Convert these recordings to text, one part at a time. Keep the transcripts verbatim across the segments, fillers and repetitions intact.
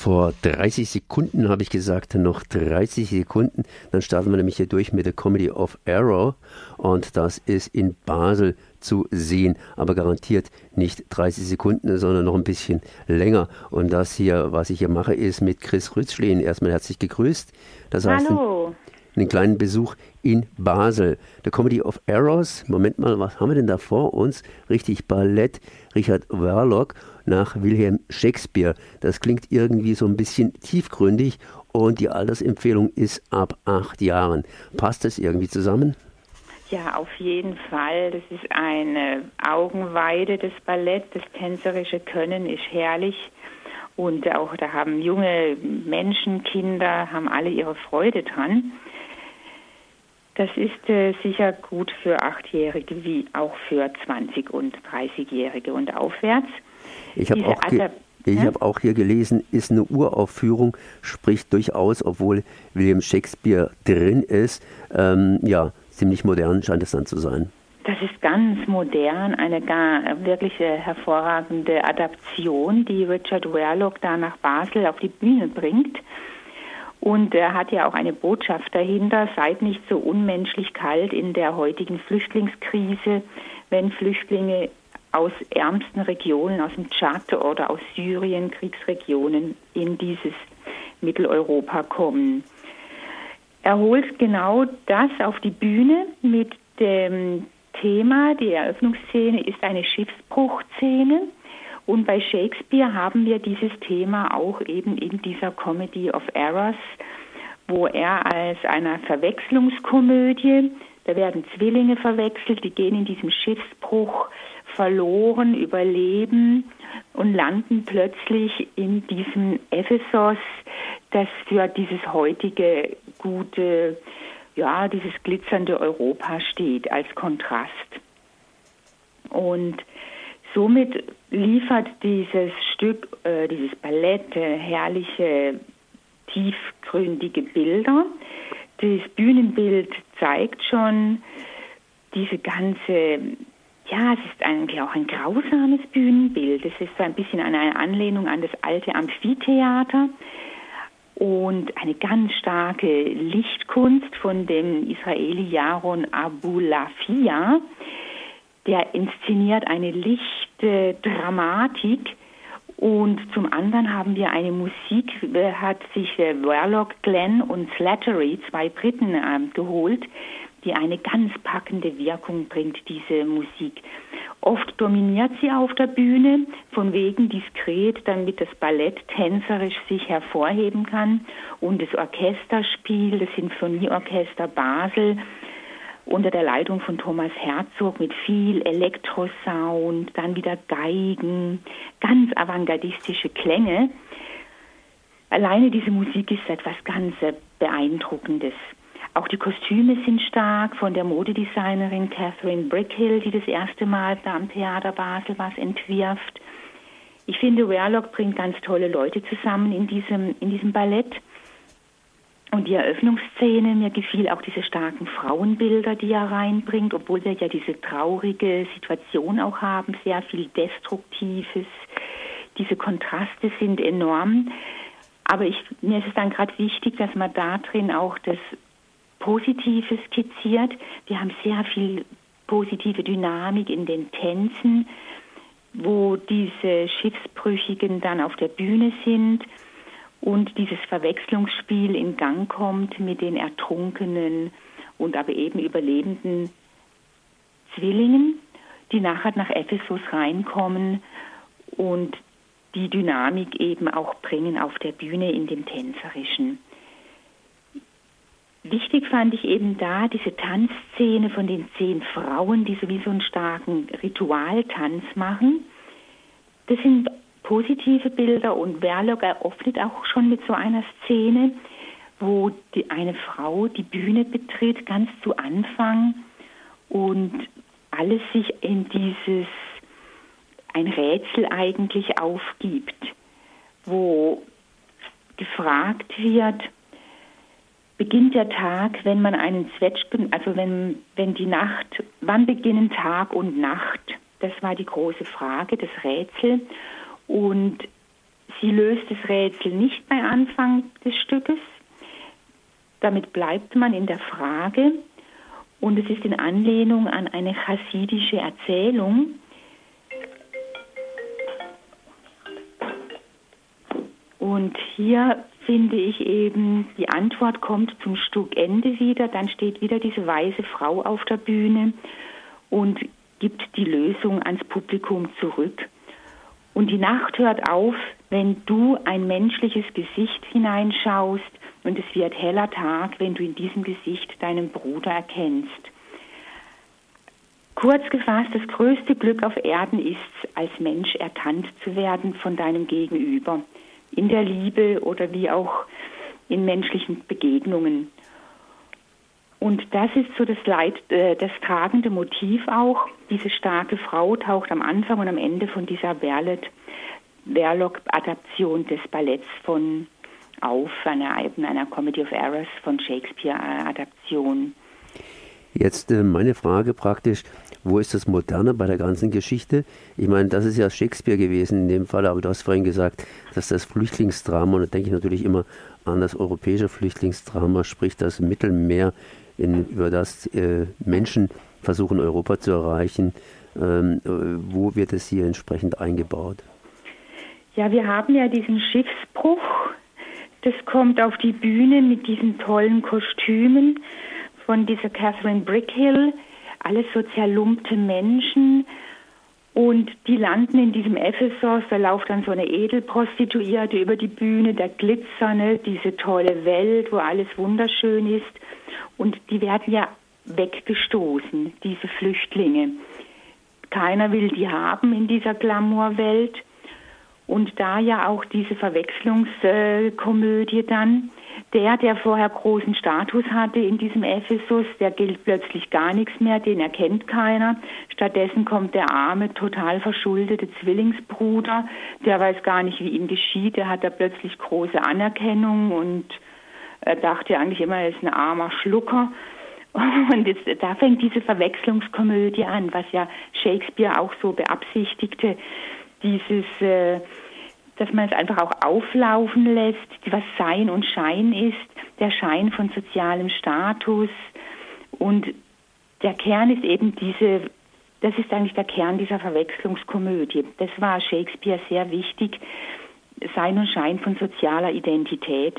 Vor dreißig Sekunden habe ich gesagt, noch dreißig Sekunden. Dann starten wir nämlich hier durch mit der Comedy of Error. Und das ist in Basel zu sehen. Aber garantiert nicht dreißig Sekunden, sondern noch ein bisschen länger. Und das hier, was ich hier mache, ist mit Chris Rützschlin. Erstmal herzlich gegrüßt. Das heißt, Hallo. einen kleinen Besuch in Basel. The Comedy of Errors. Moment mal, was haben wir denn da vor uns? Richtig, Ballett. Richard Verloc nach Wilhelm Shakespeare. Das klingt irgendwie so ein bisschen tiefgründig und die Altersempfehlung ist ab acht Jahren. Passt das irgendwie zusammen? Ja, auf jeden Fall. Das ist eine Augenweide, das Ballett. Das tänzerische Können ist herrlich. Und auch da haben junge Menschen, Kinder, haben alle ihre Freude dran. Das ist äh, sicher gut für Achtjährige wie auch für zwanzig- und dreißigjährige und aufwärts. Ich habe auch, ge- ich hab auch hier gelesen, ist eine Uraufführung, spricht durchaus, obwohl William Shakespeare drin ist, ähm, ja, ziemlich modern scheint es dann zu sein. Das ist ganz modern, eine gar wirklich hervorragende Adaption, die Richard Verloc da nach Basel auf die Bühne bringt. Und er hat ja auch eine Botschaft dahinter: seid nicht so unmenschlich kalt in der heutigen Flüchtlingskrise, wenn Flüchtlinge aus ärmsten Regionen, aus dem Tschad oder aus Syrien, Kriegsregionen, in dieses Mitteleuropa kommen. Er holt genau das auf die Bühne mit dem Thema, die Eröffnungsszene ist eine Schiffsbruchszene. Und bei Shakespeare haben wir dieses Thema auch eben in dieser Comedy of Errors, wo er als einer Verwechslungskomödie, da werden Zwillinge verwechselt, die gehen in diesem Schiffsbruch verloren, überleben und landen plötzlich in diesem Ephesos, das für dieses heutige gute, ja, dieses glitzernde Europa steht als Kontrast. Und somit liefert dieses Stück, äh, dieses Ballett, äh, herrliche, tiefgründige Bilder. Das Bühnenbild zeigt schon diese ganze, ja, es ist eigentlich auch ein grausames Bühnenbild. Es ist so ein bisschen eine Anlehnung an das alte Amphitheater und eine ganz starke Lichtkunst von dem Israeli Yaron Abulafia. Der inszeniert eine lichte Dramatik und zum anderen haben wir eine Musik, hat sich Verloc, Glenn und Slattery, zwei Briten, äh, geholt, die eine ganz packende Wirkung bringt, diese Musik. Oft dominiert sie auf der Bühne, von wegen diskret, damit das Ballett tänzerisch sich hervorheben kann, und das Orchesterspiel, das Sinfonieorchester Basel, unter der Leitung von Thomas Herzog mit viel Elektrosound, dann wieder Geigen, ganz avantgardistische Klänge. Alleine diese Musik ist etwas ganz Beeindruckendes. Auch die Kostüme sind stark von der Modedesignerin Catherine Brickhill, die das erste Mal da am Theater Basel was entwirft. Ich finde, Verloc bringt ganz tolle Leute zusammen in diesem, in diesem Ballett. Und die Eröffnungsszene, mir gefiel auch diese starken Frauenbilder, die er reinbringt, obwohl wir ja diese traurige Situation auch haben, sehr viel Destruktives. Diese Kontraste sind enorm. Aber ich, mir ist es dann gerade wichtig, dass man da drin auch das Positive skizziert. Wir haben sehr viel positive Dynamik in den Tänzen, wo diese Schiffsbrüchigen dann auf der Bühne sind und dieses Verwechslungsspiel in Gang kommt mit den ertrunkenen und aber eben überlebenden Zwillingen, die nachher nach Ephesus reinkommen und die Dynamik eben auch bringen auf der Bühne in dem Tänzerischen. Wichtig fand ich eben da diese Tanzszene von den zehn Frauen, die sowieso einen starken Ritualtanz machen. Das sind positive Bilder und Verloc eröffnet auch schon mit so einer Szene, wo die, eine Frau die Bühne betritt, ganz zu Anfang, und alles sich in dieses, ein Rätsel eigentlich aufgibt, wo gefragt wird, beginnt der Tag, wenn man einen Zwetschgen, also wenn, wenn die Nacht, wann beginnen Tag und Nacht? Das war die große Frage, das Rätsel. Und sie löst das Rätsel nicht bei Anfang des Stückes. Damit bleibt man in der Frage und es ist in Anlehnung an eine chassidische Erzählung. Und hier finde ich eben, die Antwort kommt zum Stückende wieder, dann steht wieder diese weiße Frau auf der Bühne und gibt die Lösung ans Publikum zurück. Und die Nacht hört auf, wenn du ein menschliches Gesicht hineinschaust und es wird heller Tag, wenn du in diesem Gesicht deinen Bruder erkennst. Kurz gefasst, das größte Glück auf Erden ist es, als Mensch erkannt zu werden von deinem Gegenüber. In der Liebe oder wie auch in menschlichen Begegnungen. Und das ist so das, Leit, äh, das tragende Motiv auch. Diese starke Frau taucht am Anfang und am Ende von dieser Verloc-Adaption des Balletts von auf, einer, einer Comedy of Errors von Shakespeare-Adaption. Jetzt äh, meine Frage praktisch, wo ist das Moderne bei der ganzen Geschichte? Ich meine, das ist ja Shakespeare gewesen in dem Fall, aber du hast vorhin gesagt, dass das Flüchtlingsdrama, und da denke ich natürlich immer an das europäische Flüchtlingsdrama, sprich das Mittelmeer, in, über das äh, Menschen versuchen, Europa zu erreichen. Ähm, äh, wo wird es hier entsprechend eingebaut? Ja, wir haben ja diesen Schiffsbruch. Das kommt auf die Bühne mit diesen tollen Kostümen von dieser Catherine Brickhill. Alles so zerlumpte Menschen. Und die landen in diesem Ephesos, da läuft dann so eine Edelprostituierte über die Bühne, der Glitzer, ne, diese tolle Welt, wo alles wunderschön ist. Und die werden ja weggestoßen, diese Flüchtlinge. Keiner will die haben in dieser Glamourwelt. Und da ja auch diese Verwechslungskomödie dann, der, der vorher großen Status hatte in diesem Ephesus, der gilt plötzlich gar nichts mehr, den erkennt keiner. Stattdessen kommt der arme, total verschuldete Zwillingsbruder, der weiß gar nicht, wie ihm geschieht, der hat da plötzlich große Anerkennung und er dachte eigentlich immer, er ist ein armer Schlucker. Und jetzt, da fängt diese Verwechslungskomödie an, was ja Shakespeare auch so beabsichtigte, dieses, äh, dass man es einfach auch auflaufen lässt, was Sein und Schein ist, der Schein von sozialem Status. Und der Kern ist eben diese, das ist eigentlich der Kern dieser Verwechslungskomödie. Das war Shakespeare sehr wichtig, Sein und Schein von sozialer Identität.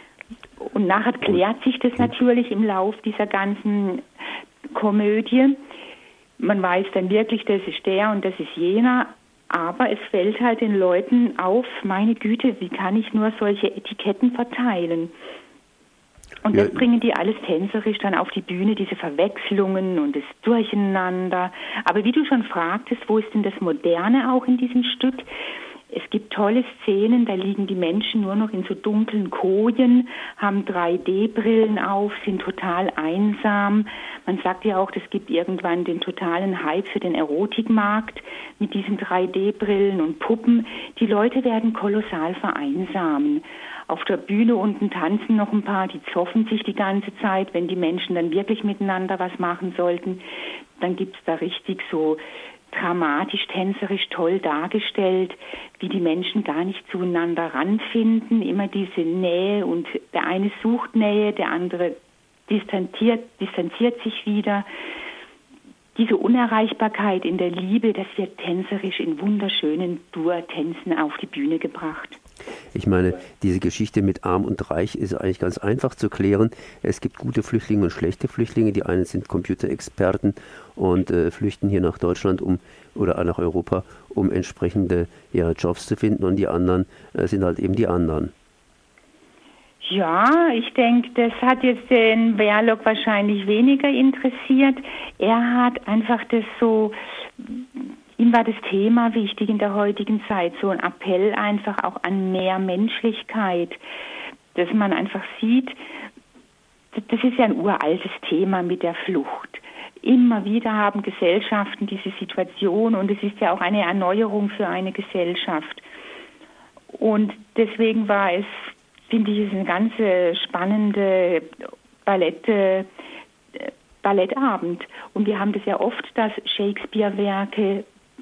Und nachher klärt sich das natürlich im Lauf dieser ganzen Komödie. Man weiß dann wirklich, das ist der und das ist jener. Aber es fällt halt den Leuten auf, meine Güte, wie kann ich nur solche Etiketten verteilen? Und das ja. bringen die alles tänzerisch dann auf die Bühne, diese Verwechslungen und das Durcheinander. Aber wie du schon fragtest, wo ist denn das Moderne auch in diesem Stück? Es gibt tolle Szenen, da liegen die Menschen nur noch in so dunklen Kojen, haben drei D Brillen auf, sind total einsam. Man sagt ja auch, es gibt irgendwann den totalen Hype für den Erotikmarkt mit diesen drei D Brillen und Puppen. Die Leute werden kolossal vereinsamen. Auf der Bühne unten tanzen noch ein paar, die zoffen sich die ganze Zeit. Wenn die Menschen dann wirklich miteinander was machen sollten, dann gibt's da richtig so dramatisch, tänzerisch toll dargestellt, wie die Menschen gar nicht zueinander ranfinden, immer diese Nähe und der eine sucht Nähe, der andere distanziert, distanziert sich wieder. Diese Unerreichbarkeit in der Liebe, das wird tänzerisch in wunderschönen Dur-Tänzen auf die Bühne gebracht. Ich meine, diese Geschichte mit Arm und Reich ist eigentlich ganz einfach zu klären. Es gibt gute Flüchtlinge und schlechte Flüchtlinge. Die einen sind Computerexperten und äh, flüchten hier nach Deutschland um oder nach Europa, um entsprechende ja, Jobs zu finden. Und die anderen äh, sind halt eben die anderen. Ja, ich denke, das hat jetzt den Verloc wahrscheinlich weniger interessiert. Er hat einfach das so... Ihm war das Thema wichtig in der heutigen Zeit, so ein Appell einfach auch an mehr Menschlichkeit, dass man einfach sieht, das ist ja ein uraltes Thema mit der Flucht. Immer wieder haben Gesellschaften diese Situation und es ist ja auch eine Erneuerung für eine Gesellschaft. Und deswegen war es, finde ich, es eine ganz spannende Ballett, Ballettabend. Und wir haben das ja oft, dass Shakespeare-Werke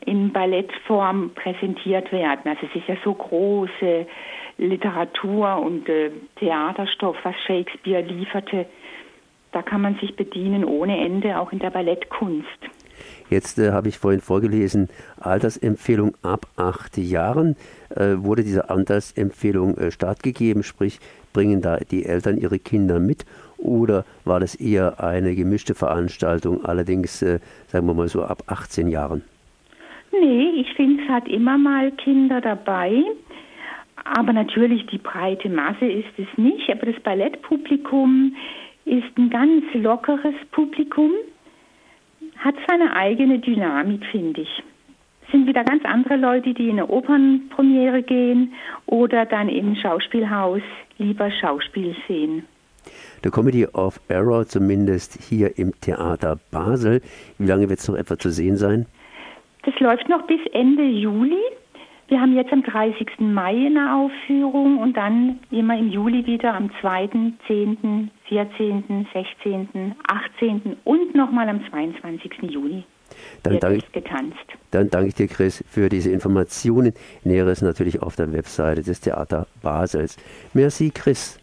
in Ballettform präsentiert werden. Also es ist ja so große Literatur und äh, Theaterstoff, was Shakespeare lieferte. Da kann man sich bedienen ohne Ende, auch in der Ballettkunst. Jetzt äh, habe ich vorhin vorgelesen, Altersempfehlung ab acht Jahren. Äh, wurde dieser Altersempfehlung äh, stattgegeben, sprich bringen da die Eltern ihre Kinder mit, oder war das eher eine gemischte Veranstaltung, allerdings äh, sagen wir mal so ab achtzehn Jahren? Nee, ich finde, es hat immer mal Kinder dabei, aber natürlich die breite Masse ist es nicht, aber das Ballettpublikum ist ein ganz lockeres Publikum, hat seine eigene Dynamik, finde ich. Es sind wieder ganz andere Leute, die in eine Opernpremiere gehen oder dann im Schauspielhaus lieber Schauspiel sehen. The Comedy of Error, zumindest hier im Theater Basel. Wie lange wird es noch etwa zu sehen sein? Das läuft noch bis Ende Juli. Wir haben jetzt am dreißigsten Mai eine Aufführung und dann immer im Juli wieder am zweiten, zehnten, vierzehnten, sechzehnten, achtzehnten und nochmal am zweiundzwanzigsten Juli. Dann danke, getanzt. dann danke ich dir, Chris, für diese Informationen. Näheres natürlich auf der Webseite des Theater Basels. Merci, Chris.